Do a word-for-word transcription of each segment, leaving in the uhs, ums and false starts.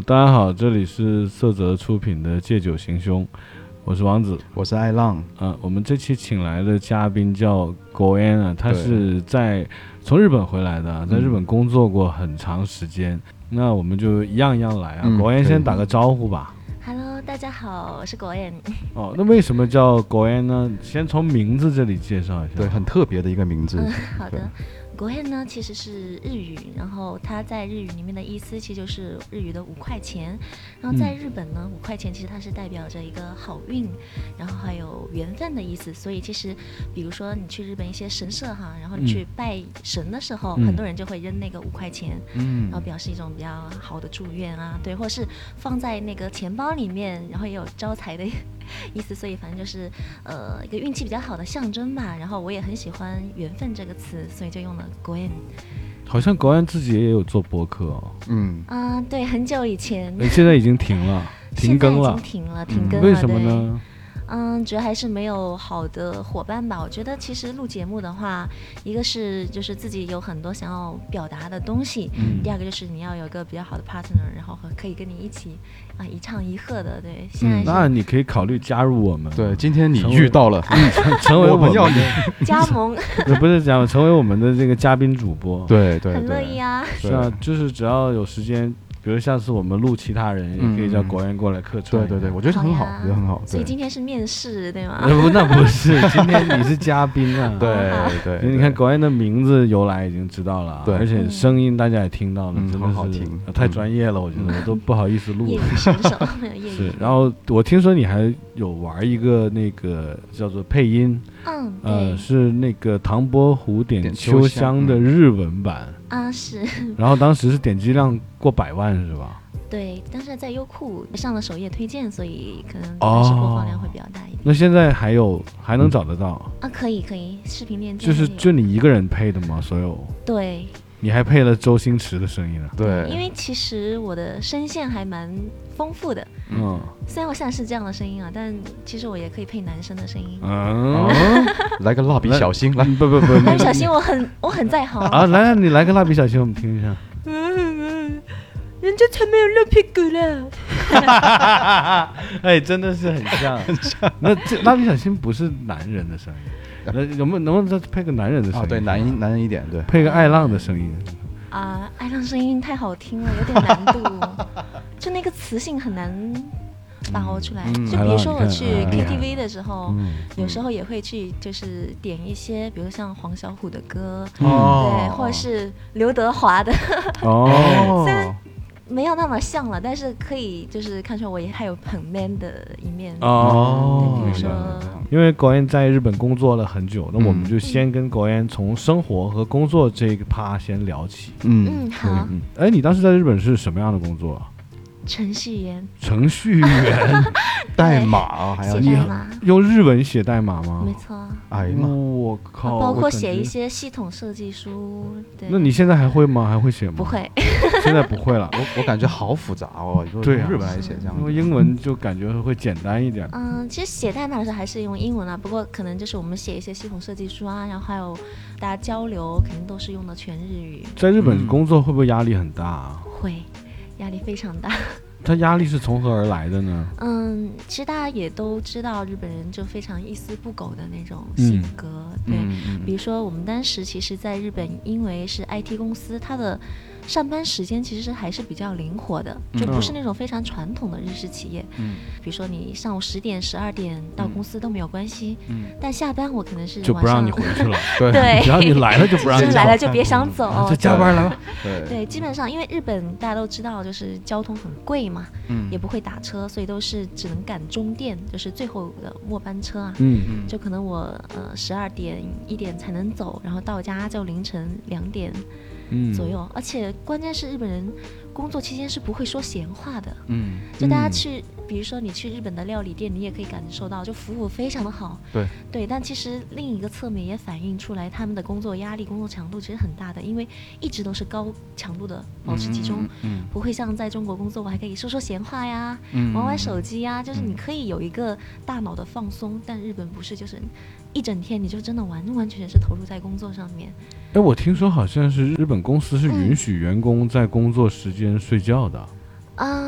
大家好，这里是色泽出品的借酒行凶，我是王子， 我是爱浪。 嗯、呃，我们这期请来的嘉宾叫国安啊，他是在从日本回来的，在日本工作过很长时间。嗯、那我们就一样一样来啊，嗯、国安先打个招呼吧。 Hello， 大家好，我是国安。 哦，那为什么叫国安呢？先从名字这里介绍一下。 对，很特别的一个名字。 嗯，好的。国安呢其实是日语，然后它在日语里面的意思其实就是日语的五块钱，然后在日本呢、嗯、五块钱其实它是代表着一个好运，然后还有缘分的意思，所以其实比如说你去日本一些神社哈，然后你去拜神的时候、嗯、很多人就会扔那个五块钱，嗯，然后表示一种比较好的祝愿啊，对，或是放在那个钱包里面，然后也有招财的意思，所以反正就是呃一个运气比较好的象征吧。然后我也很喜欢缘分这个词，所以就用了国安。 好像国安自己也有做播客哦。 嗯啊、呃，对，很久以前。 现在已经停了，停更了。 现在已经停了，停更了。 为什么呢？ 嗯，主要还是没有好的伙伴吧。我觉得其实录节目的话，一个是就是自己有很多想要表达的东西，嗯、第二个就是你要有一个比较好的 partner， 然后可以跟你一起啊一唱一和的。对，现在、嗯、 那你可以考虑加入我们。 对，今天你遇到了， 成, 成为我们要你加盟， 不是加盟，成为我们的这个嘉宾主播。 对对对， 很乐意啊。 是啊，就是只要有时间。比如下次我们录其他人，也可以叫国安过来客串。 对对对，我觉得很好，我觉得很好。 所以今天是面试，对吗？ 不，那不是，今天你是嘉宾啊。 对对， 你看国安的名字由来已经知道了， 对， 而且声音大家也听到了，真的很好听， 太专业了，我觉得我都不好意思录。 业余选手， 是。然后我听说你还有玩一个那个叫做配音， 嗯， 呃，是那个唐伯虎点秋香的日文版。 啊，是。 然后当时是点击量过百万是吧？ 对，但是在优酷上了首页推荐，所以可能当时播放量会比较大一点。 哦、那现在还有还能找得到、 嗯、啊？可以可以，视频链接就是就你一个人配的吗？所有？ 对。 你还配了周星驰的声音啊？ 对， 因为其实我的声线还蛮丰富的。嗯，虽然我现在是这样的声音啊，但其实我也可以配男生的声音。 嗯， 来个蜡笔小新，来， 不不不， 蜡笔小新我很我很在行啊！来，你来个蜡笔小新，我们听一下。 人家才没有露屁股了。 哎，真的是很像，很像。那这蜡笔小新不是男人的声音，那有没有能不能再配个男人的声音？ 啊，对，男音男人一点，对， 配个爱浪的声音。 啊，爱浪声音太好听了，有点难度，就那个磁性很难把握出来。嗯、就比如说我去 K T V 的时候，嗯、有时候也会去就是点一些，比如像黄小琥的歌，哦、对，或者是刘德华的。哦。虽然没有那么像了，但是可以就是看出来我也还有很 man 的一面哦。比如说， 因为国安在日本工作了很久，那我们就先跟国安从生活和工作这个趴先聊起。 嗯嗯，好。 嗯，哎，你当时在日本是什么样的工作啊？ 程序员， 程序员， 代码啊，还要写代码， 用日文写代码吗？ 没错。 哎呀妈， 我靠！ 包括写一些系统设计书。对。 那你现在还会吗？还会写吗？ 不会， 现在不会了。 我我感觉好复杂哦， 对、啊， 日文来写这样， 因为英文就感觉会简单一点。 嗯，其实写代码的时候还是用英文啊，不过可能就是我们写一些系统设计书啊，然后还有大家交流，肯定都是用的全日语。 在日本工作会不会压力很大啊？ 嗯、会，压力非常大。 他压力是从何而来的呢？ 嗯，其实大家也都知道，日本人就非常一丝不苟的那种性格。嗯、对、嗯，比如说我们当时其实在日本，因为是 I T 公司，它的上班时间其实还是比较灵活的，就不是那种非常传统的日式企业。嗯，比如说你上午十点、十二点到公司都没有关系。嗯，但下班我可能是就不让你回去了。 对， 只要你来了就不让你走。 来了就别想走， 就加班来吧。 对对，基本上因为日本大家都知道，就是交通很贵嘛，嗯，也不会打车，所以都是只能赶终电，就是最后的末班车啊。嗯嗯，就可能我呃十二点一点才能走，然后到家就凌晨两点。嗯，左右，而且关键是日本人工作期间是不会说闲话的。嗯，就大家去，嗯、比如说你去日本的料理店，你也可以感受到，就服务非常的好。 对对，但其实另一个侧面也反映出来，他们的工作压力、工作强度其实很大的，因为一直都是高强度的保持集中，嗯，嗯不会像在中国工作，我还可以说说闲话呀，嗯、玩玩手机呀，就是你可以有一个大脑的放松，但日本不是，就是一整天你就真的完完全全是投入在工作上面。 哎，我听说好像是日本公司是允许员工在工作时间睡觉的。 嗯、呃，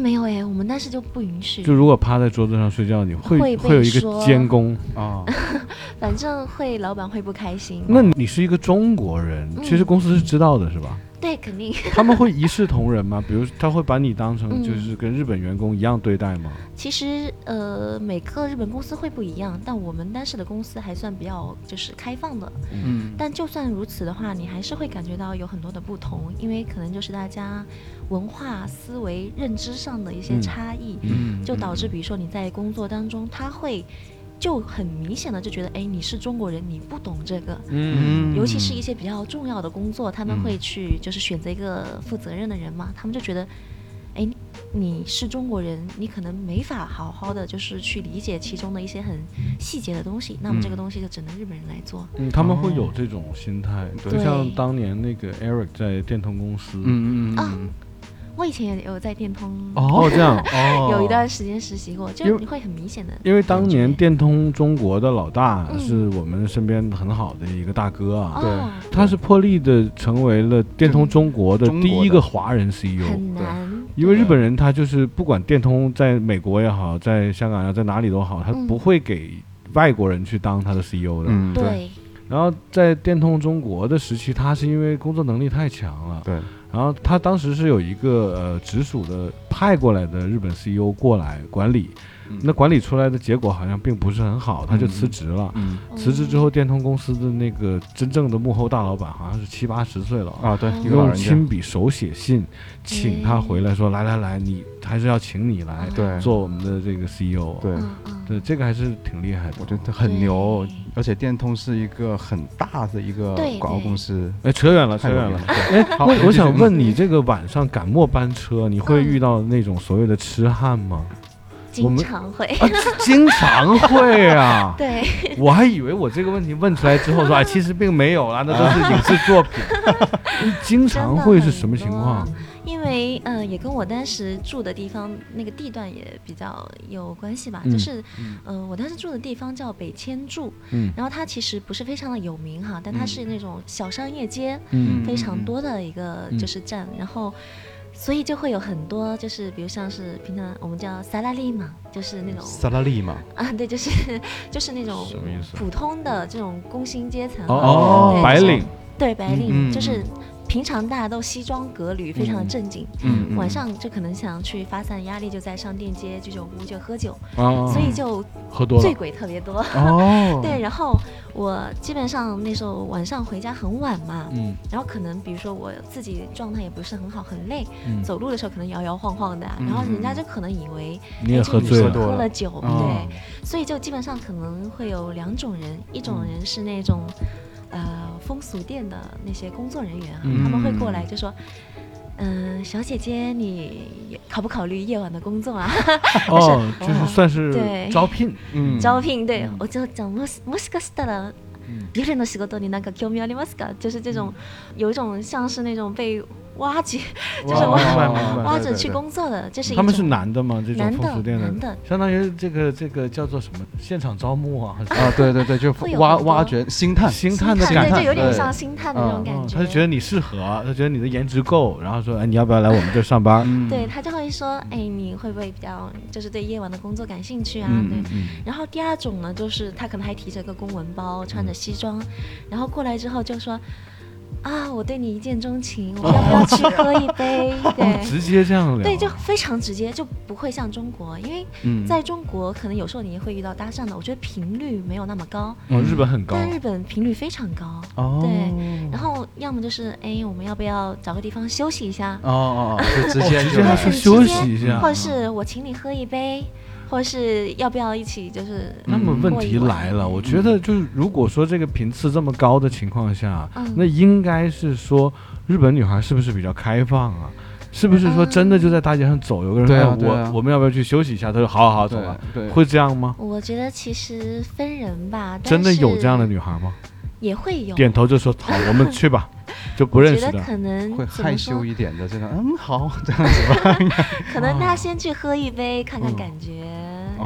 没有哎，我们当时就不允许。 就如果趴在桌子上睡觉，你会会会有一个监工啊， 反正会老板会不开心。 那你是一个中国人， 嗯、 其实公司是知道的是吧？ 对，肯定。 他们会一视同仁吗？比如他会把你当成就是跟日本员工一样对待吗？ 嗯、其实呃，每个日本公司会不一样，但我们当时的公司还算比较就是开放的。嗯。但就算如此的话，你还是会感觉到有很多的不同，因为可能就是大家文化、思维、认知上的一些差异，嗯，就导致比如说你在工作当中，他会。就很明显的就觉得，哎，你是中国人，你不懂这个，嗯，尤其是一些比较重要的工作，他们会去就是选择一个负责任的人嘛，他们就觉得，哎，你是中国人，你可能没法好好的就是去理解其中的一些很细节的东西，那么这个东西就只能日本人来做。 嗯，他们会有这种心态，就像当年那个 Eric 在电通公司，嗯嗯嗯。 啊我以前也有在电通哦，这样哦，有一段时间实习过，就你会很明显的。 因为当年电通中国的老大是我们身边很好的一个大哥啊， 对， 他是破例的成为了电通中国的第一个华人 C E O， 很难。 因为日本人他就是不管电通在美国也好，在香港也好，在哪里都好，他不会给外国人去当他的 C E O 的。 嗯， 对。 然后在电通中国的时期，他是因为工作能力太强了， 对。 然后他当时是有一个呃直属的派过来的日本 C E O 过来管理，嗯、那管理出来的结果好像并不是很好，他就辞职了。嗯嗯、辞职之后，电通公司的那个真正的幕后大老板好像是七八十岁了啊， 对， 用亲笔手写信请他回来说，来来来，你还是要请你来对做我们的这个 C E O。 对， 对，这个还是挺厉害的， 我觉得很牛。而且电通是一个很大的一个广告公司。 哎，扯远了，扯远了。哎，我我想问你，这个晚上赶末班车，你会遇到那种所谓的痴汉吗？ 经常会， 啊、经常会啊。 对， 我还以为我这个问题问出来之后说，哎，其实并没有啦，那都是影视作品。经常会是什么情况？ 因为呃，也跟我当时住的地方那个地段也比较有关系吧。嗯、就是，嗯、呃，我当时住的地方叫北千住，嗯，然后它其实不是非常的有名哈，但它是那种小商业街，嗯，非常多的一个就是站，嗯、然后。所以就会有很多，就是比如像是平常我们叫萨拉利嘛，就是那种萨拉利嘛啊，对，就是就是那种普通的这种工薪阶层哦，白领， 对白领，嗯、就是平常大家都西装革履，非常的正经，嗯嗯、晚上就可能想去发散压力，就在上电街、居酒屋就喝酒，哦、所以就喝多了， 醉鬼特别多。哦，对，然后我基本上那时候晚上回家很晚嘛，嗯，然后可能比如说我自己状态也不是很好，很累，嗯、走路的时候可能摇摇晃晃的、啊，嗯、然后人家就可能以为你也喝醉了， 喝了酒，对，哦、所以就基本上可能会有两种人，一种人是那种。呃，风俗店的那些工作人员啊，嗯、他们会过来就说，嗯、呃，小姐姐，你考不考虑夜晚的工作啊？ 哦，就是算是招聘， 嗯，招聘，对，我就讲もしもしかしたら夜の仕事になんか興味ありますか？就是这种，有一种像是那种被。挖掘就是挖挖着去工作的，这是一种。 他们是男的吗？这种风俗店的，男的， 相当于这个这个叫做什么？现场招募啊？ 啊，对对对，就挖挖掘星探， 星探的感觉， 对，就有点像星探的那种感觉。 他就觉得你适合，他觉得你的颜值够，然后说，哎，你要不要来我们这上班？ 对他就会说，哎，你会不会比较就是对夜晚的工作感兴趣啊？对。然后第二种呢，就是他可能还提着个公文包，穿着西装，然后过来之后就说。啊，我对你一见钟情，我要不要去喝一杯？对， 直接这样聊， 对，就非常直接，就不会像中国，因为在中国可能有时候你也会遇到搭讪的，我觉得频率没有那么高。 哦，日本很高， 但日本频率非常高。哦，对，然后要么就是哎，我们要不要找个地方休息一下？ 哦哦，就直接直接去休息一下， 或者是我请你喝一杯。或是要不要一起就是？ 那么问题来了，我觉得就是如果说这个频次这么高的情况下，嗯、那应该是说日本女孩是不是比较开放啊？是不是说真的就在大街上走，有个人说、 啊、 我、啊、我们要不要去休息一下？他说好好好，走吧。会这样吗？ 我觉得其实分人吧。 真的有这样的女孩吗？ 也会有。 点头就说好，我们去吧。就不认识的， 我觉得可能会害羞一点的这个，嗯，好，这样子吧。 可能他先去喝一杯，看看感觉， 哦、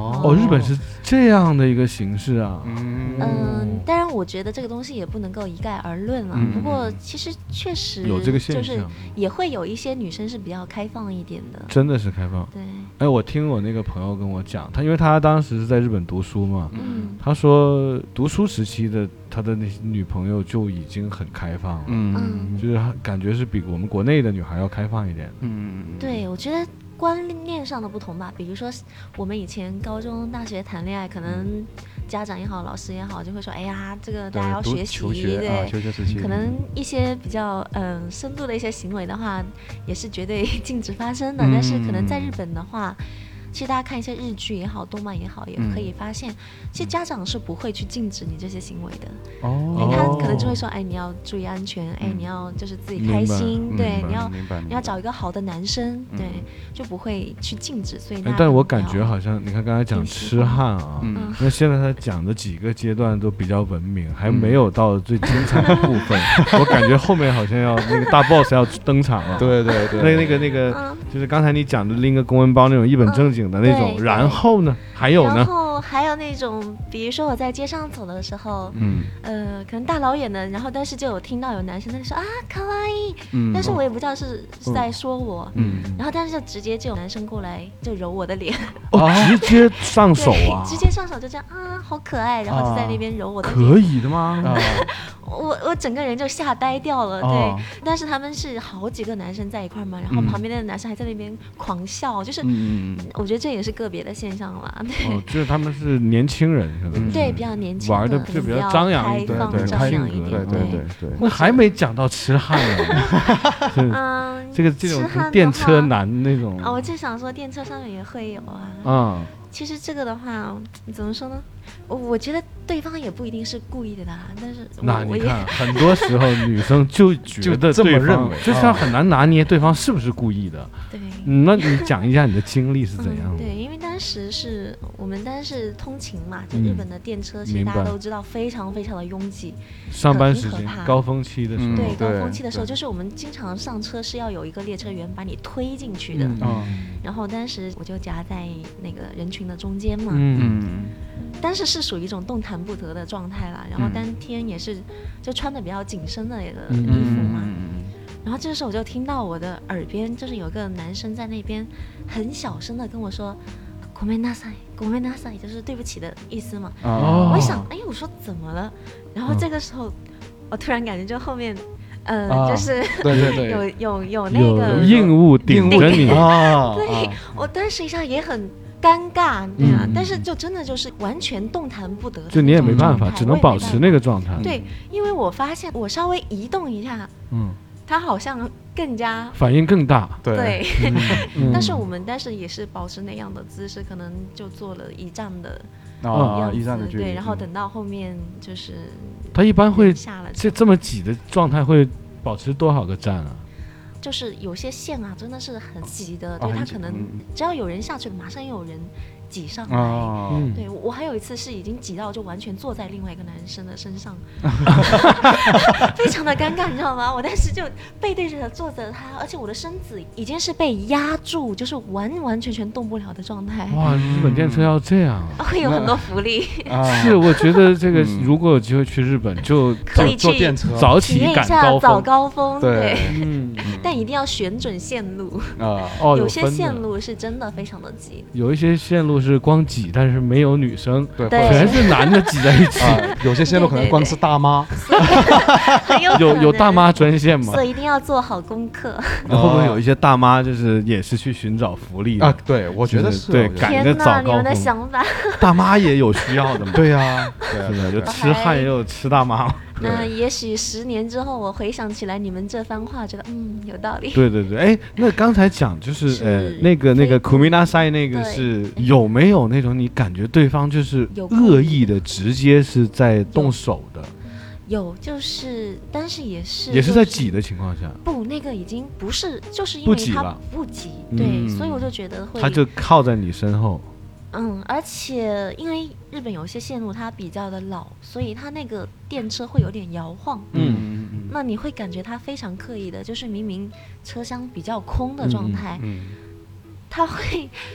哦，日本是这样的一个形式啊。 嗯、呃，当然我觉得这个东西也不能够一概而论了、嗯、不过其实确实有这个现象， 就是也会有一些女生是比较开放一点的， 真的是开放。 对， 哎，我听我那个朋友跟我讲，他因为他当时是在日本读书嘛， 嗯， 他说读书时期的他的那些女朋友就已经很开放了， 嗯， 就是感觉是比我们国内的女孩要开放一点。 嗯，对，我觉得观念上的不同吧，比如说我们以前高中大学谈恋爱，可能家长也好老师也好就会说，哎呀这个大家要学习， 对， 对、 啊、求学时期可能一些比较嗯、呃、深度的一些行为的话也是绝对禁止发生的、嗯、但是可能在日本的话，其实大家看一些日剧也好动漫也好也可以发现、嗯、其实家长是不会去禁止你这些行为的哦，他可能就会说，哎你要注意安全、嗯、哎你要就是自己开心，对，你要你要找一个好的男生、嗯、对，就不会去禁止，所以但是我感觉好像你看刚才讲痴汉啊，嗯，那现在他讲的几个阶段都比较文明，还没有到最精彩的部分、嗯、我感觉后面好像要那个大 boss 要登场了对对对， 那那个那个、嗯、就是刚才你讲的拎个公文包那种一本正经的那种、嗯、然后呢还有呢， 然后还有那种比如说我在街上走的时候，嗯，呃，可能大老远的，然后但是就有听到有男生在说啊卡哇伊，嗯，但是我也不知道是是在说我，嗯，然后但是就直接就有男生过来就揉我的脸， 哦，直接上手啊， 直接上手就这样啊，好可爱，然后就在那边揉我的脸， 可以的吗？啊， 我我整个人就吓呆掉了，对、哦，但是他们是好几个男生在一块嘛，然后旁边的男生还在那边狂笑，嗯、就是，嗯，我觉得这也是个别的现象啦，对， 哦，就是他们是年轻人，可能对比较年轻的， 玩的就比较张扬一点， 对对，张扬一点， 对对对对。 我还没讲到痴汉呢，嗯，这个这种电车男那种啊，我就想说电车上面也会有啊， 嗯。 其实这个的话，怎么说呢？我我觉得对方也不一定是故意的啦，但是那你看，很多时候女生就觉得这么认为，就是她很难拿捏对方是不是故意的。 对、 嗯，那你讲一下你的经历是怎样的？ 嗯、对，因为当时是我们当时通勤嘛，就日本的电车，其实大家都知道非常非常的拥挤， 上班时间高峰期的时候， 对，高峰期的时候，就是我们经常上车是要有一个列车员把你推进去的，嗯，然后当时我就夹在那个人群的中间嘛，嗯，但是是属于一种动弹不得的状态啦。然后当天也是就穿的比较紧身的一个衣服嘛，嗯、然后这个时候我就听到我的耳边就是有个男生在那边很小声的跟我说“ごめんなさい，ごめんなさい”，就是对不起的意思嘛。哦、我一想，哎，我说怎么了？然后这个时候、哦、我突然感觉就后面。呃，啊、就是对对对， 有有有那个有硬物顶着你啊！对，我当时一下也很尴尬，对啊、嗯，但是就真的就是完全动弹不得， 就你也没办法，只能保持那个状态。 对，因为我发现我稍微移动一下，嗯，他好像更加反应更大， 对。对嗯、但是我们但是也是保持那样的姿势，可能就做了一站的。 啊，一站的距离， 对，然后等到后面就是他一般会下了这这么挤的状态会保持多少个站啊？ 就是有些线啊，真的是很挤的，对，他可能只要有人下去，马上又有人挤上来。哦、对，我还有一次是已经挤到就完全坐在另外一个男生的身上，非常的尴尬，你知道吗？我当时就背对着坐着他，而且我的身子已经是被压住，就是完完全全动不了的状态。 哇，日本电车要这样啊！ 会有很多福利。 是，我觉得这个如果有机会去日本，就可以坐电车， 早起赶高峰， 早高峰，对， 嗯， 但一定要选准线路啊。哦， 有些线路是真的非常的挤， 有一些线路是光挤，但是没有女生， 对， 全是男的挤在一起。 有些线路可能光是大妈， 有有大妈专线吗？ 所以一定要做好功课。 会不会有一些大妈就是也是去寻找福利啊？对，我觉得是， 对，赶着早高峰。 你们的想法， 大妈也有需要的嘛？ 对呀， 是的，就吃汉也有吃大妈。 那也许十年之后，我回想起来你们这番话，觉得嗯有道理。 对对对，哎，那刚才讲就是呃那个那个库米纳塞那个是有没有那种你感觉对方就是恶意的，直接是在动手的？ 有，就是但是也是也是在挤的情况下。 不，那个已经不是，就是因为他不挤，对，所以我就觉得会。 他就靠在你身后。 嗯，而且因为日本有些线路它比较的老，所以它那个电车会有点摇晃。嗯嗯嗯。那你会感觉它非常刻意的，就是明明车厢比较空的状态，嗯嗯、它会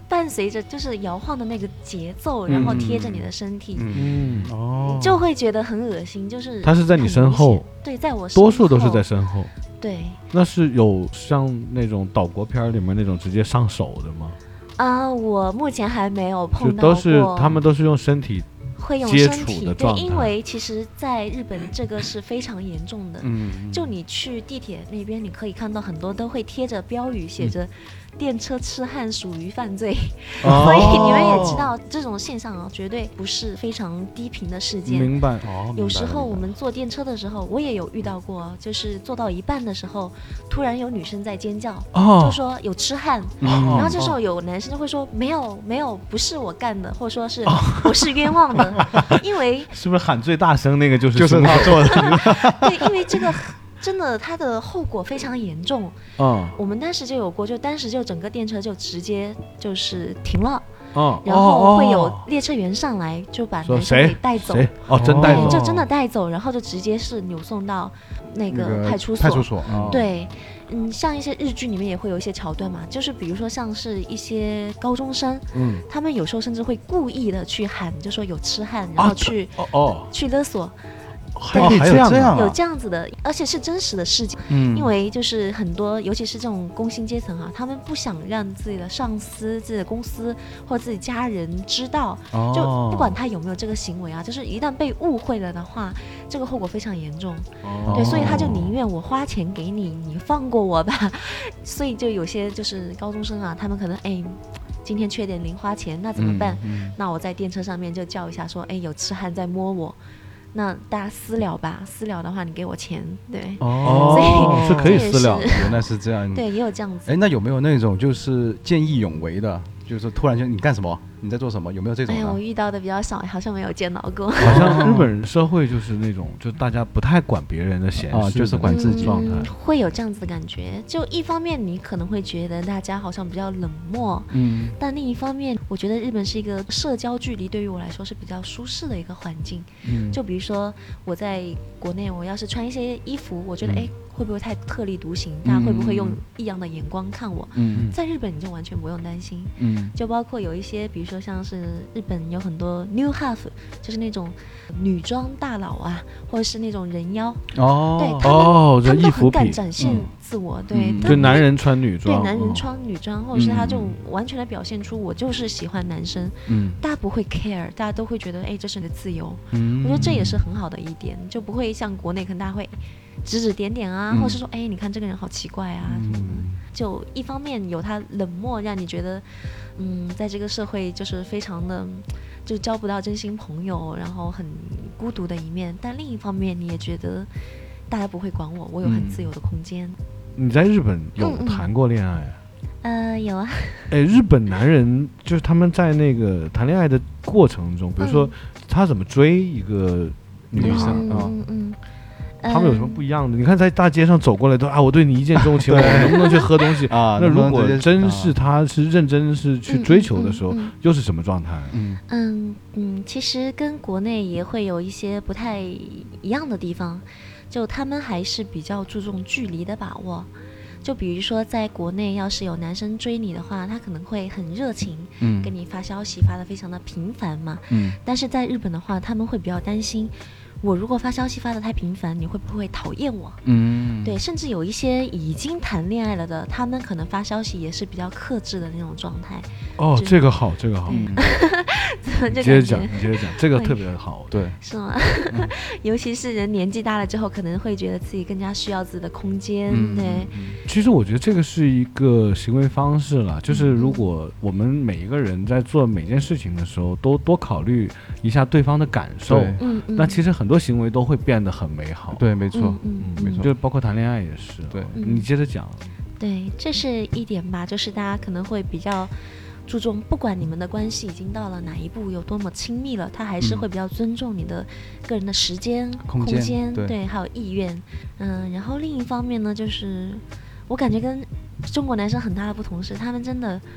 伴随着就是摇晃的那个节奏，然后贴着你的身体， 嗯哦， 就会觉得很恶心。就是它是在你身后， 对，在我身后， 多数都是在身后。 对， 那是有像那种岛国片里面那种直接上手的吗？ 啊、呃，我目前还没有碰到过。 就都是他们都是用身体。 会用身体，对，因为其实在日本这个是非常严重的。嗯，就你去地铁那边，你可以看到很多都会贴着标语，写着“电车痴汉属于犯罪”，哦、所以你们也知道这种现象啊，绝对不是非常低频的事件。 明白。 哦，有时候我们坐电车的时候，我也有遇到过，就是坐到一半的时候，突然有女生在尖叫，哦、就说有痴汉，嗯、然后这时候有男生就会说没有没有，不是我干的，或者说是、哦、我是冤枉的。因为是不是喊最大声那个就是就是他做的？ 对，因为这个真的它的后果非常严重。嗯，我们当时就有过，就当时就整个电车就直接就是停了。嗯，然后会有列车员上来就把男生给带走。 哦，真带走， 就真的带走，然后就直接是扭送到那个派出所。 派出所， 哦、对。嗯，像一些日剧里面也会有一些桥段嘛，就是比如说像是一些高中生，嗯，他们有时候甚至会故意的去喊，就说有痴汉，然后去、 啊、哦哦去勒索。 还可以这样、啊， 有这样子的，而且是真实的事情。嗯，因为就是很多，尤其是这种工薪阶层啊，他们不想让自己的上司、自己的公司或自己家人知道，哦、就不管他有没有这个行为啊，就是一旦被误会了的话，这个后果非常严重。哦、对，所以他就宁愿我花钱给你，你放过我吧。所以就有些就是高中生啊，他们可能哎。今天缺点零花钱，那怎么办？嗯嗯、那我在电车上面就叫一下说，哎，有痴汉在摸我。那大家私了吧，私了的话你给我钱，对， 哦，所以是可以私了，原来是这样， 对，也有这样子。 哎，那有没有那种就是见义勇为的，就是突然间你干什么？你在做什么？有没有这种？ 哎呀，我遇到的比较少，好像没有见到过。 好像日本社会就是那种，就大家不太管别人的闲事， 啊、就是管自己状态、 嗯，会有这样子的感觉。就一方面，你可能会觉得大家好像比较冷漠，嗯，但另一方面，我觉得日本是一个社交距离对于我来说是比较舒适的一个环境。嗯，就比如说我在国内，我要是穿一些衣服，我觉得哎。嗯会不会太特立独行？大家会不会用异样的眼光看我？嗯，在日本你就完全不用担心。嗯，就包括有一些，比如说像是日本有很多 new half， 就是那种女装大佬啊，或者是那种人妖。哦，对，他们、哦、他们都很敢展现自我。嗯、对、嗯， 就男人穿女装， 对，男人穿女装，或者是他就完全的表现出我就是喜欢男生。嗯，大家不会 care， 大家都会觉得哎，这是你的自由。嗯，我觉得这也是很好的一点，就不会像国内可能大家会。指指点点啊，嗯、或是说，哎，你看这个人好奇怪啊，嗯、什么的。就一方面有他冷漠，让你觉得，嗯，在这个社会就是非常的，就交不到真心朋友，然后很孤独的一面。但另一方面，你也觉得大家不会管我，我有很自由的空间。 嗯、你在日本有谈过恋爱？ 嗯、呃，有啊。 哎，日本男人就是他们在那个谈恋爱的过程中，比如说、嗯、他怎么追一个女生啊？嗯嗯。他们有什么不一样的？你看在大街上走过来都啊，我对你一见钟情，我能不能去喝东西啊？那如果真是他是认真是去追求的时候，嗯嗯嗯、又是什么状态？ 嗯嗯嗯，其实跟国内也会有一些不太一样的地方，就他们还是比较注重距离的把握。就比如说，在国内要是有男生追你的话，他可能会很热情，嗯，跟你发消息发得非常的频繁嘛，嗯。但是在日本的话，他们会比较担心。我如果发消息发得太频繁，你会不会讨厌我？嗯，对，甚至有一些已经谈恋爱了的，他们可能发消息也是比较克制的那种状态。 哦，这个好，这个好。嗯、你接着讲，你接着讲，这个特别好。对， 是吗？嗯、尤其是人年纪大了之后，可能会觉得自己更加需要自己的空间。嗯、对、 嗯，其实我觉得这个是一个行为方式了，就是如果我们每一个人在做每件事情的时候，都多考虑一下对方的感受，嗯嗯、那其实很多行为都会变得很美好。 对，没错， 嗯嗯、没错， 就包括谈恋爱也是。对，嗯、你接着讲。 对，这是一点吧，就是大家可能会比较注重，不管你们的关系已经到了哪一步，有多么亲密了，他还是会比较尊重你的个人的时间、嗯、空间，空间 对, 对，还有意愿。嗯，然后另一方面呢，就是我感觉跟中国男生很大的不同是，他们真的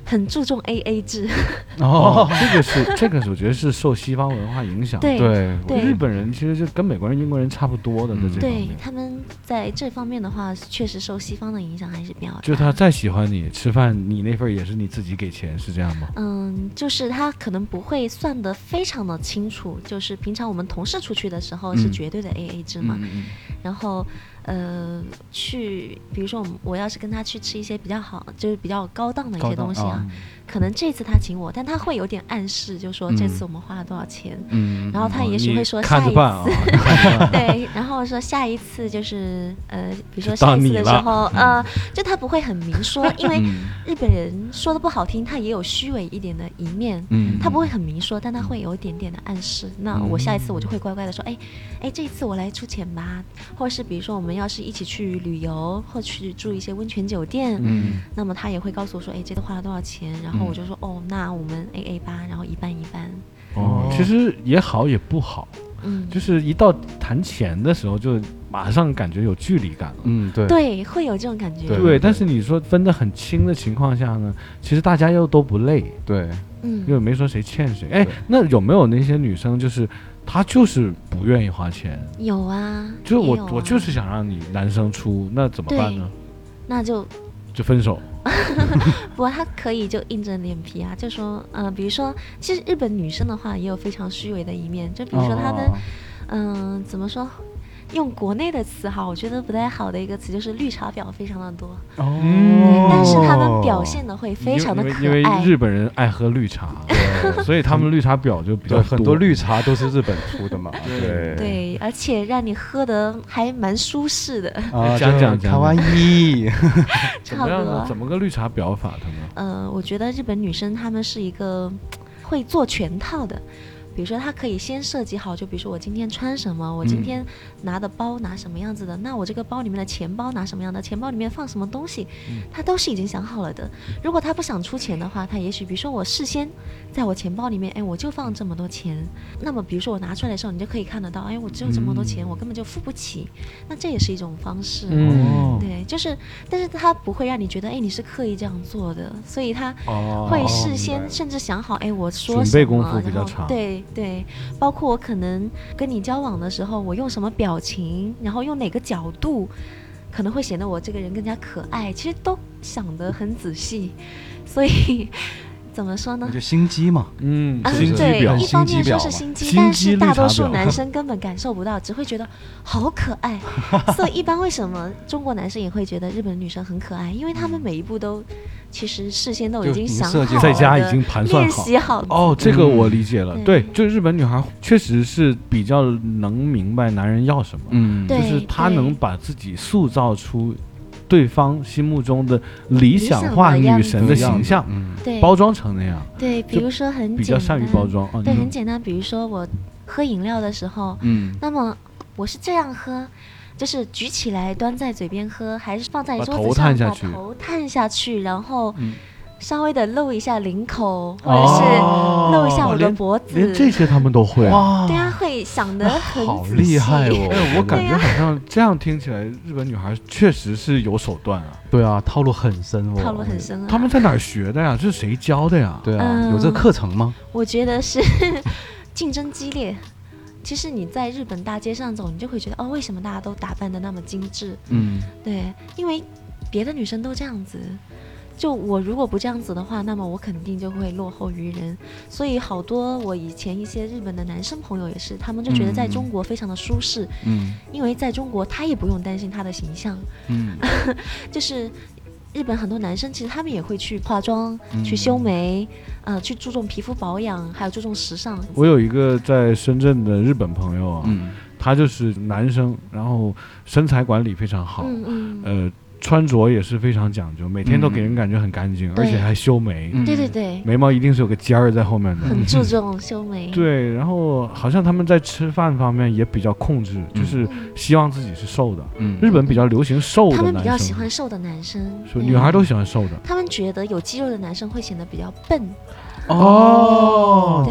很注重 A A 制。 哦，这个是这个是我觉得是受西方文化影响。 对对对日本人其实就跟美国人、英国人差不多的，在这方对面。 他们在这方面的话，确实受西方的影响还是比较大。 就他再喜欢你吃饭，你那份也是你自己给钱，是这样吗？ 嗯，就是他可能不会算得非常的清楚，就是平常我们同事出去的时候是绝对的 A A 制嘛， 嗯嗯然后呃去，比如说我们我要是跟他去吃一些比较好，就是比较高档的一些东西啊， 啊可能这次他请我，但他会有点暗示，就说这次我们花了多少钱， 嗯， 然后他也许会说你下一次， 看着办啊，看着办对，然后说下一次就是呃，比如说下一次到你了的时候，呃，就他不会很明说，因为嗯日本人说的不好听，他也有虚伪一点的一面， 嗯他不会很明说，但他会有一点点的暗示。那我下一次我就会乖乖的说，哎，哎，这一次我来出钱吧，或者是比如说我们要是一起去旅游，或去住一些温泉酒店， 嗯那么他也会告诉我说，哎，这次花了多少钱，然后我就说，哦，那我们 A A 吧，然后一半一半。 哦，其实也好也不好， 嗯， 就是一到谈钱的时候，就马上感觉有距离感了。 嗯，对对，会有这种感觉。 对对，但是你说分得很清的情况下呢，其实大家又都不累， 对， 嗯， 又没说谁欠谁。哎对， 那有没有那些女生就是她就是不愿意花钱， 有啊， 就是我、 也有啊我就是想让你男生出，那怎么办呢？ 那就就分手。 不过他可以就硬着脸皮啊，就说，呃，比如说，其实日本女生的话也有非常虚伪的一面，就比如说她们， 哦嗯、怎么说？用国内的词哈，我觉得不太好的一个词就是绿茶婊非常的多， 嗯但是他们表现的会非常的可因为因为爱。 日本人爱喝绿茶，所以他们绿茶婊就比较对，很多绿茶都是日本出的嘛，对对，而且让你喝的还蛮舒适的， 啊， 讲讲讲卡哇伊， 怎差不么样呢？ 多。 怎么个绿茶婊法？他们呃，我觉得日本女生她们是一个会做全套的。比如说，她可以先设计好，就比如说我今天穿什么，我今天拿的包拿什么样子的，那我这个包里面的钱包拿什么样的，钱包里面放什么东西，她都是已经想好了的。如果她不想出钱的话，她也许比如说我事先在我钱包里面，哎，我就放这么多钱，那么比如说我拿出来的时候，你就可以看得到，哎，我只有这么多钱，我根本就付不起，那这也是一种方式。 嗯对，就是，但是他不会让你觉得，哎，你是刻意这样做的，所以他哦会事先明白甚至想好，哎，我说准什么， 备功夫比然后较长对对，包括我可能跟你交往的时候，我用什么表情，然后用哪个角度，可能会显得我这个人更加可爱，其实都想得很仔细，所以怎么说呢那？就心机嘛， 嗯， 啊， 心机对， 婊一方面说心机婊嘛是心机， 心但机绿茶是大多数婊男生根本感受不到，只会觉得好可爱。所以一般为什么中国男生也会觉得日本女生很可爱？因为他们每一步都其实事先都已就经想已经设计好了在家已的经盘算练好习好的。 哦，这个我理解了。 嗯对，就日本女孩确实是比较能明白男人要什么， 嗯， 对就是她对能把自己塑造出对方心目中的理想理化想的样女神的子形象， 嗯， 对包装成那样， 对，比如说很简比较善于单包装。哦， 对， 你说很简单。比如说我喝饮料的时候， 嗯， 那么我是这样喝，就是举起来端在嘴边喝，还是放在把头桌子上把探下去头探下去，然后嗯稍微的露一下领口，或者是露一下我的连脖子。 连这些他们都会啊。 哇对啊，会想得很好仔厉害细哦！ 哎，我感对啊觉好像这样听起来，日本女孩确实是有手段啊。 对啊，套路很深哦， 套路很深啊。 他们在哪儿学的呀？这是谁教的呀？ 对啊， 嗯有这个课程吗？ 我觉得是竞争激烈。其实你在日本大街上走，你就会觉得哦，为什么大家都打扮得那么精致？ 嗯， 对，因为别的女生都这样子。就我如果不这样子的话，那么我肯定就会落后于人。所以好多我以前一些日本的男生朋友也是，他们就觉得在中国非常的舒适， 嗯因为在中国他也不用担心他的形象， 嗯就是日本很多男生其实他们也会去化妆、 嗯去修眉，呃，去注重皮肤保养，还有注重时尚。 我有一个在深圳的日本朋友啊， 嗯他就是男生，然后身材管理非常好， 嗯嗯， 呃，穿着也是非常讲究，每天都给人感觉很干净， 对而且还修眉， 嗯对对对， 眉毛一定是有个尖儿在后面的。 很注重修眉。 对，然后好像他们在吃饭方面也比较控制，就是希望自己是瘦的。 嗯， 日本比较流行瘦的他男生， 们比较喜欢瘦的男生，对说女孩都喜欢瘦的。 他们觉得有肌肉的男生会显得比较笨。 哦， 对，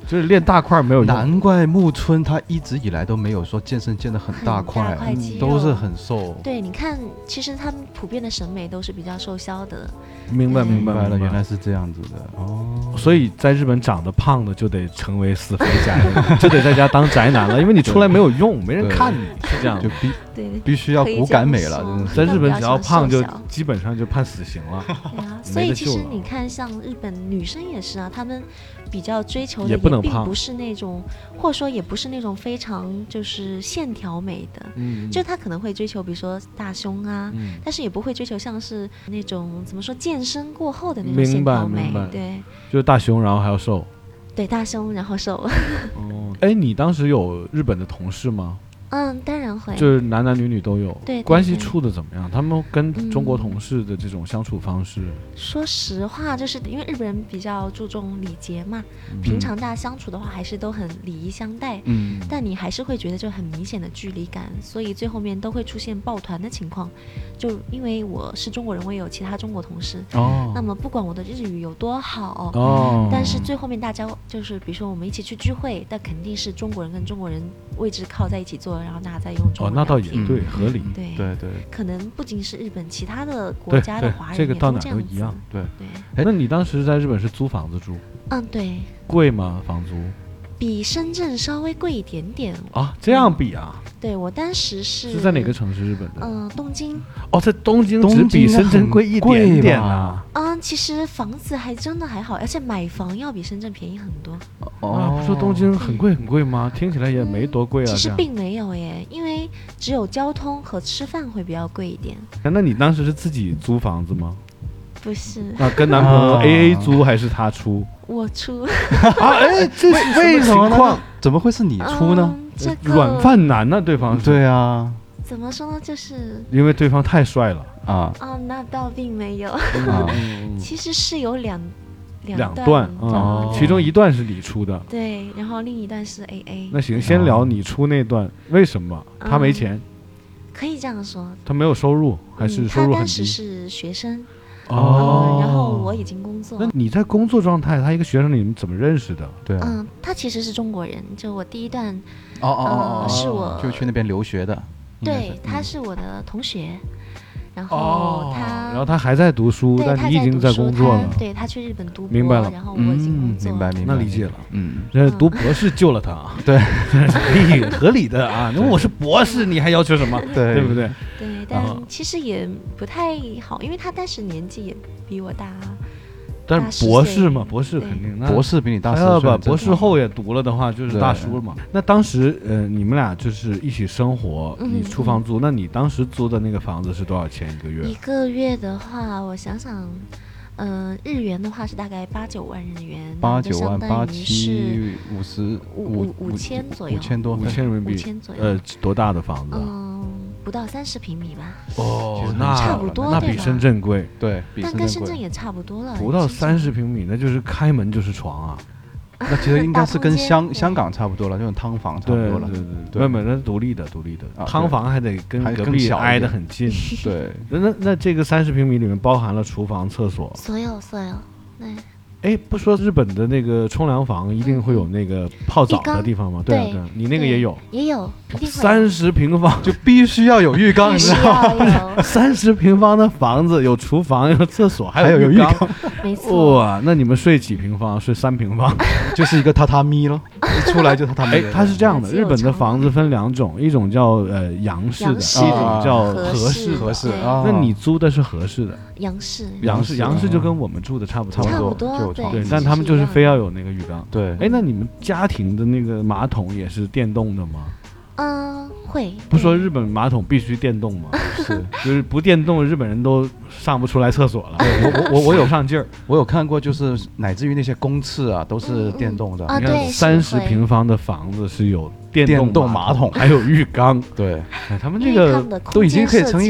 就是练大块没有用。 难怪木村他一直以来都没有说健身健得很大块， 很大块肌肉都是很瘦。 对，你看，其实他们普遍的审美都是比较瘦削的。 明白明白明白了， 明白原来是这样子的哦。 所以在日本长得胖的就得成为死肥宅，就得在家当宅男了，因为你出来没有用，没人看你，是这样就的。 必对， 必须要骨感美了，真的是。 在日本只要胖就比较喜欢瘦小基本上就判死刑了。 对啊，所以其实你看，像日本女生也是啊，她们比较追求的也不能胖并不是那种，或者说也不是那种非常就是线条美的， 嗯， 就她可能会追求，比如说大胸啊， 嗯但是也不会追求像是那种怎么说健身过后的那种明白线条美明白， 对就是大胸，然后还要瘦。 对，大胸然后瘦， 哦，哎，你当时有日本的同事吗？ 嗯，当然会， 就是男男女女都有， 对对关系对处的怎么样？他们跟中国同事的这种相处方式， 说实话，就是因为日本人比较注重礼节嘛， 嗯平常大家相处的话还是都很礼仪相待， 嗯， 但你还是会觉得就很明显的距离感，所以最后面都会出现抱团的情况。就因为我是中国人，我也有其他中国同事， 哦， 那么不管我的日语有多好， 哦， 但是最后面大家就是比如说我们一起去聚会，但肯定是中国人跟中国人位置靠在一起坐，然后大家再用中哦， 文那倒聊天也对，合理。 对对对可能不仅是日本，其他的国对对家的华人这个到哪也这样子都一样对。 对， 哎，那你当时在日本是租房子住， 嗯，对， 贵吗？房租比深圳稍微贵一点点。 啊？这样比啊？ 对我当时是是在哪个城市？日本的？ 嗯、东京。 哦，在东京东只比京深圳贵一点点啊！ 嗯，其实房子还真的还好，而且买房要比深圳便宜很多。 啊，不说东京很贵很贵吗？听起来也没多贵啊。 其实这样并没有耶，因为只有交通和吃饭会比较贵一点。 那你当时是自己租房子吗？ 不是， 啊，跟男朋友啊 A A 租还是他出？ 我出。 啊，哎，这是为什么情况呢？怎么会是你出呢？ 嗯、这个软饭男呢？对方是对啊， 怎么说呢？就是因为对方太帅了。 啊啊，那倒并没有， 啊， 其实是有两两段段的哦其中一段是你出的。 对，然后另一段是 A A。 那行，先聊你出那段，为什么他没钱？ 可以这样说， 他没有收入，还是嗯收入很他当时低？ 是学生， 哦嗯，然后我已经工作。 那你在工作状态，他一个学生，你们怎么认识的？ 对啊， 嗯，他其实是中国人，就我第一段， 哦哦哦呃是我就去那边留学的，应该对是， 他是我的同学，然哦后他， 然后他还在读书， 对他但你已经读书在工作了他，对他去日本读博， 明白了然后我已经工嗯， 作， 明白明白， 那理解了。 嗯， 这读博士救了他啊， 对， 理合理的啊。那我是博士，你还要求什么？ 对对不对？ 对， 然但后其实也不太好，因为他当时年纪也比我大， 但大是博十岁士嘛，博士对肯定。那博士比你大还要十岁， 把博士后也读了的话，就是对大叔了嘛。那当时呃，你们俩就是一起生活， 嗯你出房租，那你当时租的那个房子是多少钱一个月一？个月的话，我想想，嗯、日元的话是大概八九万日元， 八九万八那就相当于是七五十五五五千左右五千多， 五千人民五币， 千左右， 呃，多大的房子啊？ 嗯，不到三十平米吧， 哦其实那差不多那比对吧深圳贵， 对，比但跟深圳贵。 深圳也差不多了， 不到深圳三十平米，那就是开门就是床啊。 那其实应该是跟大空间对香香港差不多了，那种汤房差不多了对对。对， 对没没那独立的独立的， 啊汤房还得跟还隔壁更小一挨得点很近。 对， 那那那这个三十平米里面包含了厨房、厕所。 所有所有，对哎，不说日本的那个冲凉房一定会有那个泡澡的地方吗？对啊对对啊，你那个也有。 也有，一定会三十平方， 就必须要有浴缸， 必须你知道吗？ 要有， 三十平方的房子，有厨房，有厕所，还还有有浴缸。 浴缸， 没错。 哇，那你们睡几平方？睡三平方？ 就是一个榻榻米咯，一出来就榻榻米哎了。， 它是这样的， 只有日本的床房子分两种，一种叫呃洋式的， 洋式一种的叫合合适适的。 合适对啊。 那你租的是合适的， 洋式， 洋式洋式就啊跟我们住的差不多。 差不差不多就多， 有床对， 其但他们就是实一样非要有那个浴缸。 对， 哎，那你们家庭的那个马桶也是电动的吗？ 嗯，会不说对日本马桶必须电动吗？ 是就是不电动，日本人都上不出来厕所了。 我我我我有上劲儿。 我有看过，就是乃至于那些公厕啊，都是电动的。 你看啊对是三十会平方的房子是有电电动马桶马还有浴缸。 对， 哎，他们因为这个他们的空都已经间设可以成一个计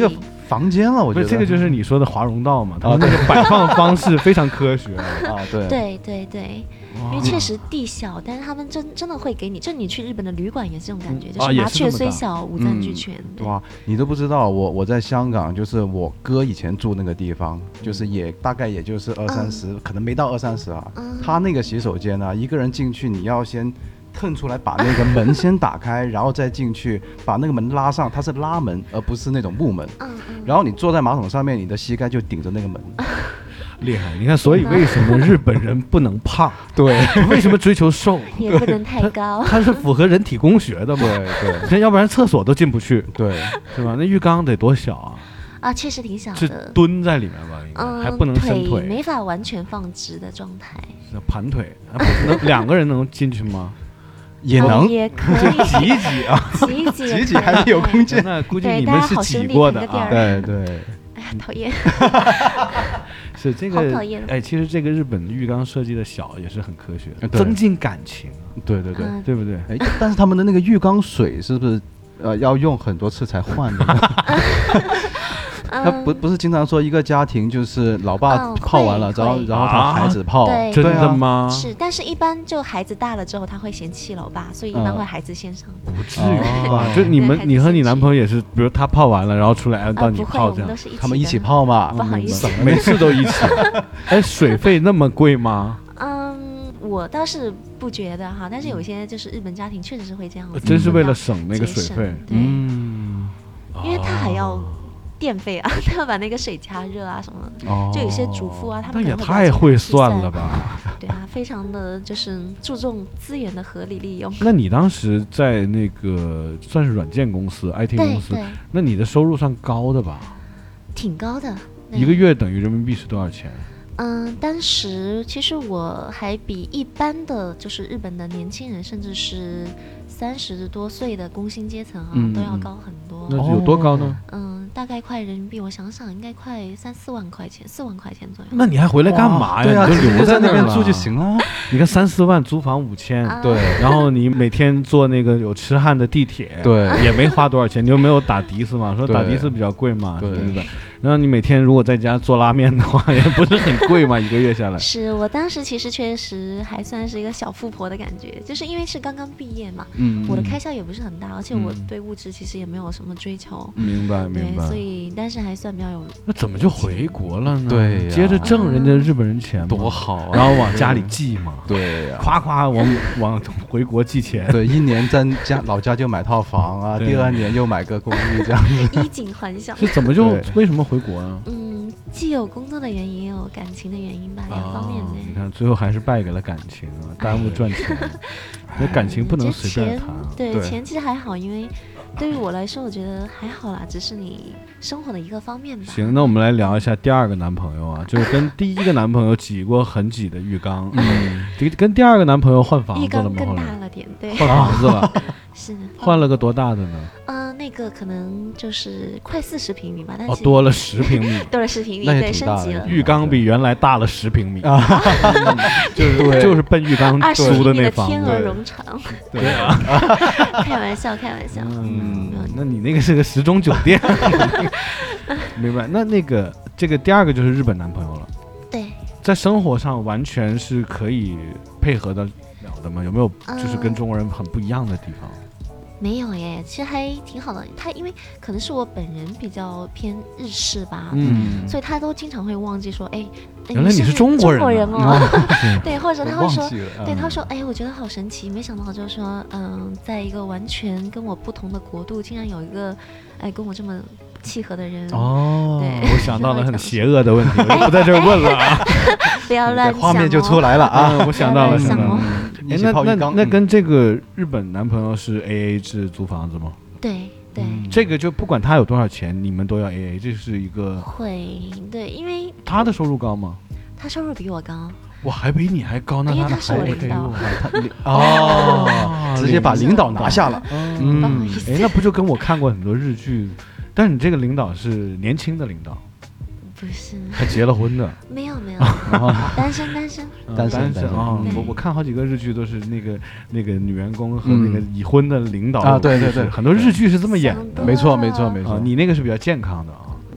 房间了，我觉得这个就是你说的华容道嘛，它那个摆放方式非常科学啊，对对对对。因为确实地小，但是他们真真的会给你，就你去日本的旅馆也是这种感觉，嗯、就是麻雀虽小，五脏俱全。 嗯、哇，你都不知道，我我在香港，就是我哥以前住那个地方，就是也大概也就是二三十，可能没到二三十啊。嗯、他那个洗手间呢、啊，一个人进去，你要先腾出来把那个门先打开，然后再进去，把那个门拉上，它是拉门，而不是那种木门。嗯嗯、然后你坐在马桶上面，你的膝盖就顶着那个门。 厉害，你看，所以为什么日本人不能胖？ 对， 为什么追求瘦？ 也不能太高。 它是符合人体工学的嘛？ 对对， 要不然厕所都进不去。 对， 是吧？那浴缸得多小啊？ 啊，确实挺小的。 是蹲在里面吧？应该、嗯、还不能伸腿， 没法完全放直的状态。 盘腿，能两个人能进去吗？ 也能， 也可以挤一挤啊， 挤一挤， 挤一挤还是有空间。 那估计你们是挤过的啊。 对对。 哎呀，讨厌。 是这个， 好讨厌。 哎，其实这个日本浴缸设计的小也是很科学，增进感情。 对对对， 嗯、 对不对？ 哎，但是他们的那个浴缸水是不是呃要用很多次才换的？他不不是经常说一个家庭就是老爸泡完了，嗯、然后然后他孩子泡， 啊、 真的吗？ 是，但是一般就孩子大了之后，他会嫌弃老爸，所以一般会孩子先上。 不至于吧？就你们，你和你男朋友也是，比如他泡完了，然后出来到你泡这样， 呃、 他们一起泡嘛？ 不好意思， 每次都一起。哎，水费那么贵吗？ 嗯，我倒是不觉得哈，但是有些就是日本家庭确实是会这样子， 真是为了省那个水费。 嗯，因为他还要。电费啊，他要把那个水加热啊什么的，哦、就有些主妇啊，他们那也太会算了吧？ 对啊，非常的就是注重资源的合理利用。 那你当时在那个算是软件公司、I T 公司，那你的收入算高的吧？ 挺高的， 一个月等于人民币是多少钱？ 嗯，当时其实我还比一般的就是日本的年轻人，甚至是三十多岁的工薪阶层啊，嗯、都要高很多。 那有多高呢？ 嗯，大概快人民币，我想想，应该快三四万块钱，四万块钱左右。 那你还回来干嘛呀？ 对啊， 你就留在那边住就行了。 你看三四万租房五千， 对， 然后你每天坐那个有痴汉的地铁， 对， 也没花多少钱。你又没有打的士嘛？说打的士比较贵嘛，对对对。然后你每天如果在家做拉面的话，也不是很贵嘛，一个月下来。 是我当时其实确实还算是一个小富婆的感觉，就是因为是刚刚毕业嘛， 嗯， 我的开销也不是很大，而且我对物质其实也没有什么追求。 明白明白。 所以但是还算比较有。 那怎么就回国了呢？ 对、啊， 接着挣人家日本人钱， 多好啊！ 然后往家里寄嘛， 对呀、啊， 夸夸往往回国寄钱。 对，一年在家老家就买套房啊，第二年又买个公寓这样子， 衣锦还乡。 是怎么就为什么回国呢？ 嗯。既有工作的原因，也有感情的原因吧，两方面的。 你看，最后还是败给了感情啊，耽误赚钱。那感情不能随便谈。 对，钱其实还好，因为对于我来说，我觉得还好啦，只是你生活的一个方面吧。 行，那我们来聊一下第二个男朋友啊，就是跟第一个男朋友挤过很挤的浴缸，嗯，跟第二个男朋友换房子了吗？ 浴缸更大了点，对， 换房子了， 是换了个多大的呢？ 呃，那个可能就是快四十平米吧，但是哦，多了十平米， 多了十平米，对，升级了。 浴缸比原来大了十平米啊，就是就是奔浴缸租的那房， 天鹅绒床， 对啊， 开玩笑，开玩笑。 嗯，那你那个是个时钟酒店，明白？那那个这个第二个就是日本男朋友了， 对， 在生活上完全是可以配合得了的吗？有没有就是跟中国人很不一样的地方？ 没有耶，其实还挺好的。他因为可能是我本人比较偏日式吧，嗯，所以他都经常会忘记说，哎， 原来你是中国人， 中国人哦，对，或者他会说， 嗯、 对，他说，哎，我觉得好神奇，没想到就是说，嗯，在一个完全跟我不同的国度，竟然有一个，哎，跟我这么契合的人。 哦，对，我想到了很邪恶的问题，我就不在这儿问了啊， 不要乱想、哦， 画面就出来了啊， 我想到了，想到了。 哎， 那那那跟这个日本男朋友是 A A 制租房子吗？ 对对、嗯， 这个就不管他有多少钱，你们都要 A A， 这是一个会对，因为他的收入高吗？ 他收入比我高， 我还比你还高，那他他是我领导， 哦，直接把领导拿下了， 嗯，不好意思， 哎，那不就跟我看过很多日剧，但是你这个领导是年轻的领导。 不是， 还结了婚的？ 没有没有，单身单身单身单身啊！我我看好几个日剧都是那个那个女员工和那个已婚的领导啊，对对对， 很多日剧是这么演的， 没错没错没错。 你那个是比较健康的啊，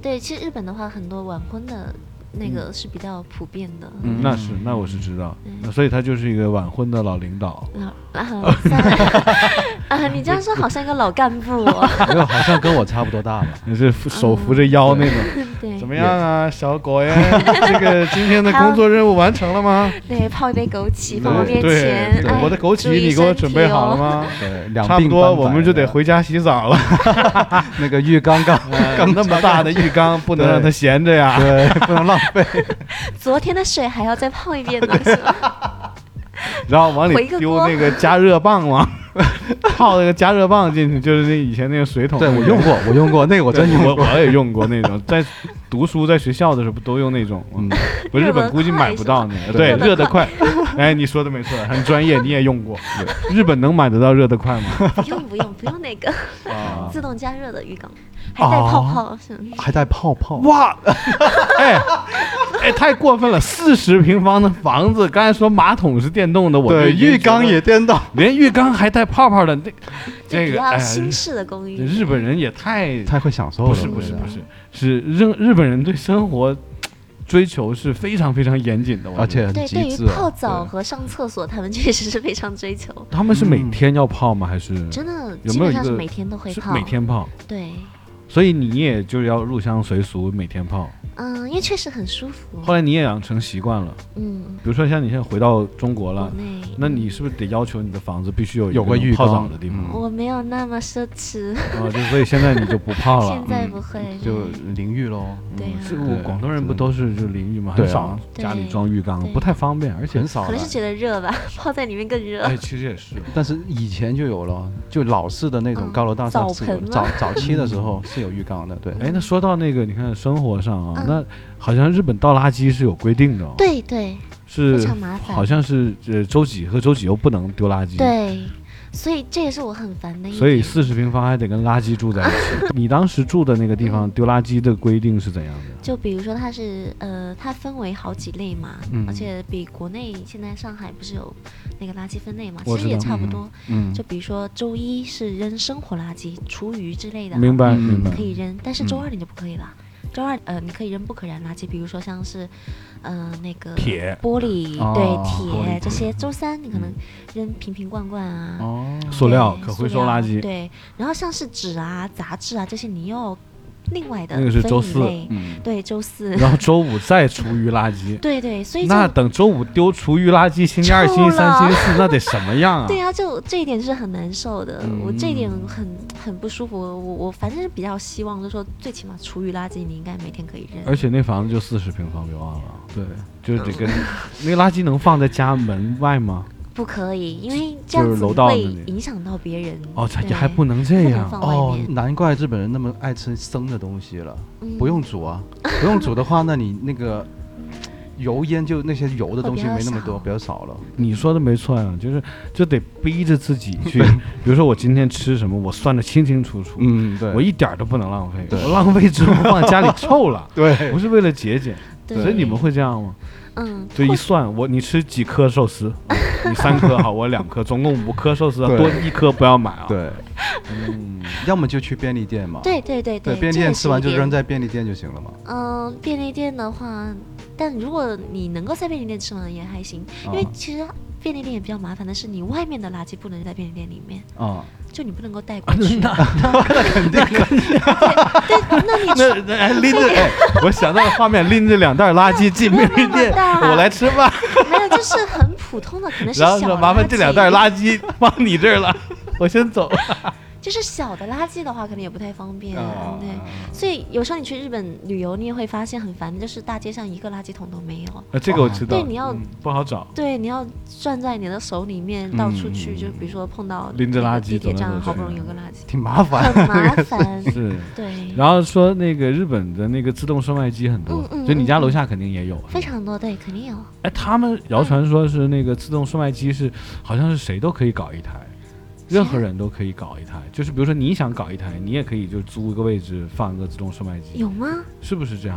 对，其实日本的话，很多晚婚的那个是比较普遍的。 嗯，那是，那我是知道，那所以他就是一个晚婚的老领导。 老啊，啊，你这样说好像一个老干部哦。 没有，好像跟我差不多大吧？ 你是手扶着腰那种。 对。 怎么样啊，小果耶？这个今天的工作任务完成了吗？ 对，泡一杯枸杞放我面前。 对，我的枸杞你给我准备好了吗？ 对，两差不多，我们就得回家洗澡了。 那个浴缸刚刚那么大的浴缸，不能让它闲着呀。 对，不能浪费。 昨天的水还要再泡一遍呢，是吧？ 然后往里丢那个加热棒嘛，泡那个加热棒进去，就是那以前那个水桶。 对，我用过，我用过那个，我真用过， 我也用过那种，在读书在学校的时候不都用那种？嗯，不，日本估计买不到那个。对，热得快。哎，你说的没错，很专业，你也用过。日本能买得到热得快吗？ 不用不用不用那个自动加热的浴缸，还带泡泡， 还带泡泡。 哇，哎哎，太过分了！四十平方的房子，刚才说马桶是电动的，我对浴缸也电动， 连浴缸还带泡泡的，那这个哎，新式的公寓， 日本人也太太会享受了。 不是不是不是，是日日本人对生活追求是非常非常严谨的， 而且很对极致。 对于泡澡和上厕所，他们确实是非常追求。 他们是每天要泡吗？还是真的有没有一个基本上是每天都会泡？ 每天泡。 对。 所以你也就是要入乡随俗，每天泡。 嗯，因为确实很舒服。 后来你也养成习惯了。嗯。比如说像你现在回到中国了，那你是不是得要求你的房子必须有有个浴泡澡的地方？ 我没有那么奢侈。 哦，就所以现在你就不泡了。 现在不会， 就淋浴喽。 对啊。 是我广东人不都是就淋浴吗？很少家里装浴缸，不太方便，而且很少。 可能是觉得热吧，泡在里面更热。 哎，其实也是。 但是以前就有了，就老式的那种高楼大厦是有早早期的时候是有浴缸的，对。 哎，那说到那个，你看生活上啊，那好像日本倒垃圾是有规定的哦。 对对， 是非常麻烦。 好像是呃周几和周几又不能丢垃圾。 对，所以这也是我很烦的一点。 所以四十平方还得跟垃圾住在一起。你当时住的那个地方丢垃圾的规定是怎样的？ 就比如说它是呃，它分为好几类嘛，嗯、而且比国内现在上海不是有那个垃圾分类嘛，其实也差不多。嗯，就比如说周一是扔生活垃圾、厨余之类的， 明白明白， 可以扔，但是周二你就不可以了。周二呃，你可以扔不可燃垃圾，比如说像是，呃，那个铁、 玻璃，对铁这些。周三你可能扔瓶瓶罐罐啊， 哦，塑料可回收垃圾。 对，然后像是纸啊、杂志啊这些，你又另外的那个是周四， 嗯，对，周四。 然后周五再厨余垃圾。 对对，所以那等周五丢厨余垃圾，星期二、星期三、星期四，那得什么样啊？ 对啊，就这一点是很难受的，嗯、我这一点很很不舒服。我我反正是比较希望，就是说最起码厨余垃圾你应该每天可以扔。 而且那房子就四十平方，别忘了。对，就是这个那个垃圾能放在家门外吗？ 不可以，因为这样子会影响到别人。 哦，也还不能这样。 哦，难怪日本人那么爱吃生的东西了，嗯、不用煮啊，不用煮的话，那你那个油烟就那些油的东西没那么多，比较少了。 你说的没错呀、啊，就是就得逼着自己去，比如说我今天吃什么，我算得清清楚楚， 嗯，对， 我一点都不能浪费，我浪费之后放在家里臭了， 对， 不是为了节俭，所以你们会这样吗？ 嗯， 就一算，我你吃几颗寿司，你三颗好，我两颗，总共五颗寿司，多一颗不要买啊。 对，嗯，要么就去便利店嘛。 对对对对，便利店吃完就扔在便利店就行了嘛。 嗯，便利店的话，但如果你能够在便利店吃完也还行，因为其实便利店也比较麻烦的是，你外面的垃圾不能在便利店里面啊。就你不能够带过去， 那肯定。 对，那你那那拎着，哎，我想到画面，拎着两袋垃圾进便利店，我来吃饭。 没有，就是很普通的，可能是小垃圾。 然后说麻烦这两袋垃圾放你这儿了，我先走。 就是小的垃圾的话，可能也不太方便，哦、对。所以有时候你去日本旅游，你也会发现很烦的，就是大街上一个垃圾桶都没有。 呃，这个我知道。 对，你要、嗯、 不好找。 对，你要攥在你的手里面，到处去，嗯、就比如说碰到拎着垃圾， 地铁站好不容易有个垃圾， 挺麻烦， 很麻烦。 是， 对。 然后说那个日本的那个自动售卖机很多，嗯嗯、就你家楼下肯定也有。 非常多，对，肯定有。 哎，他们谣传说是那个自动售卖机是，好像是谁都可以搞一台。任何人都可以搞一台，就是比如说你想搞一台，你也可以就租一个位置放一个自动售卖机。 有吗？ 是不是这样？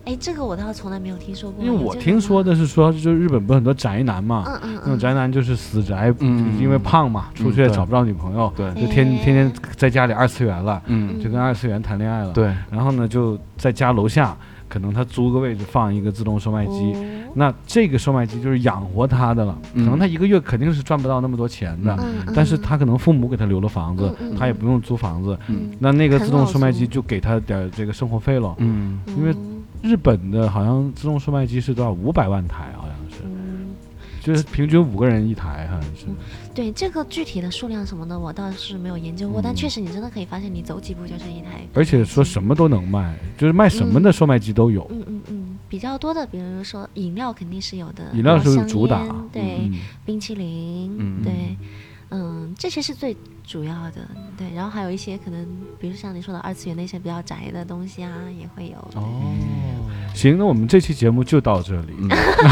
哎，这个我倒从来没有听说过。 因为我听说的是说，就是日本不是很多宅男嘛， 嗯嗯嗯， 那种宅男就是死宅， 嗯， 因为胖嘛，出去也找不到女朋友， 对， 就天天天在家里二次元了， 嗯， 就跟二次元谈恋爱了， 对， 然后呢就在家楼下，可能他租个位置放一个自动售卖机， 哦、 那这个售卖机就是养活他的了， 嗯、 可能他一个月肯定是赚不到那么多钱的， 嗯、 但是他可能父母给他留了房子， 嗯、 他也不用租房子， 嗯、 那那个自动售卖机就给他点这个生活费了， 嗯， 因为日本的好像自动售卖机是多少五百万台，好像是， 嗯、 就是平均五个人一台，好像是。 嗯对这个具体的数量什么的，我倒是没有研究过，嗯、但确实你真的可以发现，你走几步就是一台。 而且说什么都能卖，就是卖什么的售卖机都有。 嗯嗯嗯，比较多的，比如说饮料肯定是有的， 饮料是主打， 对， 嗯、 冰淇淋， 嗯、 对，嗯，这些是最主要的，对，然后还有一些可能，比如像你说的二次元的一些比较宅的东西啊，也会有。 哦， 行，那我们这期节目就到这里。嗯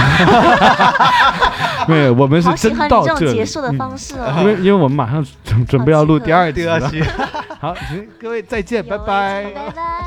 对，我们是真到这里。 好喜欢你这种结束的方式哦。 嗯、因为因为我们马上准准备要录第二集了。 第二期。 好，行，各位再见，拜拜。 拜拜。